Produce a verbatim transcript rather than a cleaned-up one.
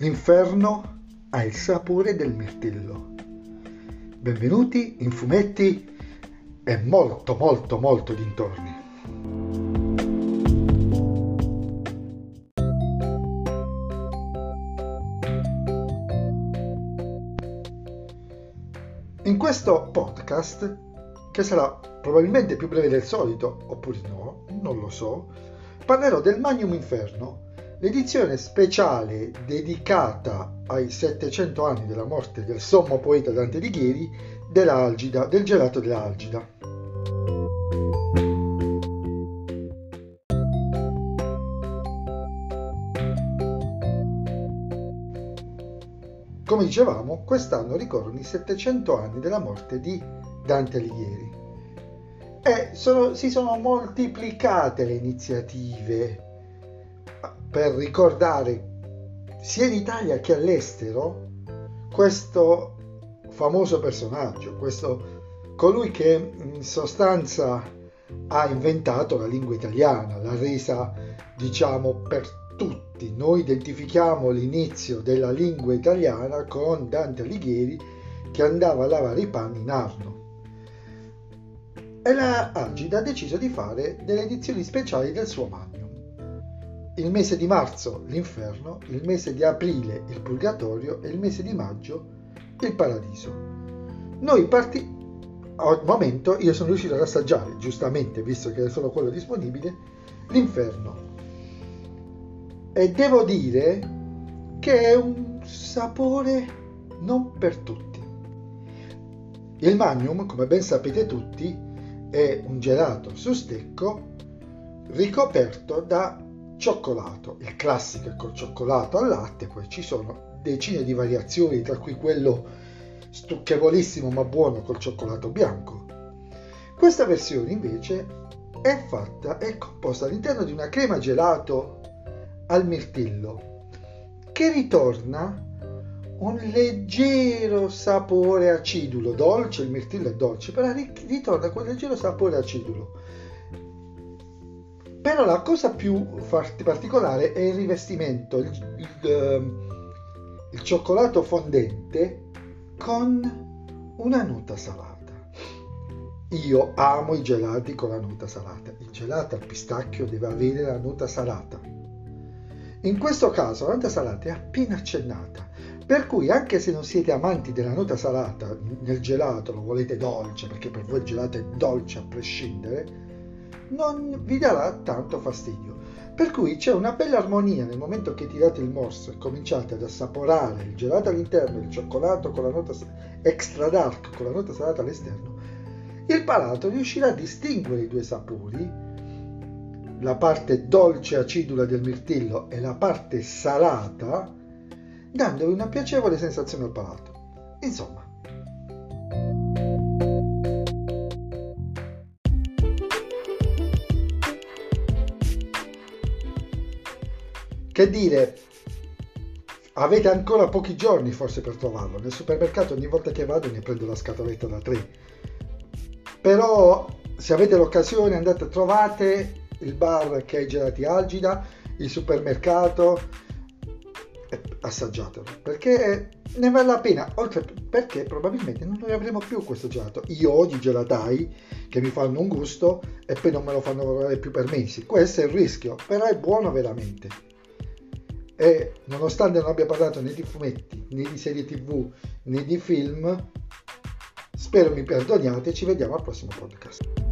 L'inferno ha il sapore del mirtillo. Benvenuti in fumetti e molto molto molto dintorni. In questo podcast, che sarà probabilmente più breve del solito, oppure no, non lo so, parlerò del Magnum Inferno, l'edizione speciale dedicata ai settecento anni della morte del sommo poeta Dante Alighieri della Algida, del gelato della Algida. Come dicevamo, quest'anno ricorrono i settecento anni della morte di Dante Alighieri e sono, si sono moltiplicate le iniziative per ricordare sia in Italia che all'estero questo famoso personaggio, questo colui che in sostanza ha inventato la lingua italiana, l'ha resa, diciamo, per tutti. Noi identifichiamo l'inizio della lingua italiana con Dante Alighieri che andava a lavare i panni in Arno. E la Algida ha deciso di fare delle edizioni speciali del suo Magnum. Il mese di marzo l'inferno, il mese di aprile il purgatorio e il mese di maggio il paradiso. Noi parti al momento io sono riuscito ad assaggiare, giustamente, visto che è solo quello disponibile, l'inferno. E devo dire che è un sapore non per tutti. Il Magnum, come ben sapete tutti, è un gelato su stecco ricoperto da cioccolato. Il classico è col cioccolato al latte, poi ci sono decine di variazioni, tra cui quello stucchevolissimo ma buono col cioccolato bianco. Questa versione invece è fatta, è composta all'interno di una crema gelato al mirtillo che ritorna un leggero sapore acidulo, dolce, il mirtillo è dolce, però ritorna quel leggero sapore acidulo. Però la cosa più particolare è il rivestimento, il, il, il cioccolato fondente con una nota salata. Io amo i gelati con la nota salata. Il gelato al pistacchio deve avere la nota salata. In questo caso la nota salata è appena accennata, per cui anche se non siete amanti della nota salata nel gelato, lo volete dolce, perché per voi il gelato è dolce a prescindere, non vi darà tanto fastidio. Per cui c'è una bella armonia nel momento che tirate il morso e cominciate ad assaporare il gelato all'interno e il cioccolato con la nota extra dark con la nota salata all'esterno. Il palato riuscirà a distinguere i due sapori, la parte dolce acidula del mirtillo e la parte salata, dandovi una piacevole sensazione al palato. Insomma, che dire, avete ancora pochi giorni forse per trovarlo. Nel supermercato ogni volta che vado ne prendo la scatoletta da tre, però se avete l'occasione andate, trovate il bar che è Gelati Algida, il supermercato, assaggiatelo perché ne vale la pena, oltre perché probabilmente non ne avremo più questo gelato. Io odio i gelatai che mi fanno un gusto e poi non me lo fanno lavorare più per mesi. Questo è il rischio, però è buono veramente. E nonostante non abbia parlato né di fumetti, né di serie tv, né di film, spero mi perdoniate e ci vediamo al prossimo podcast.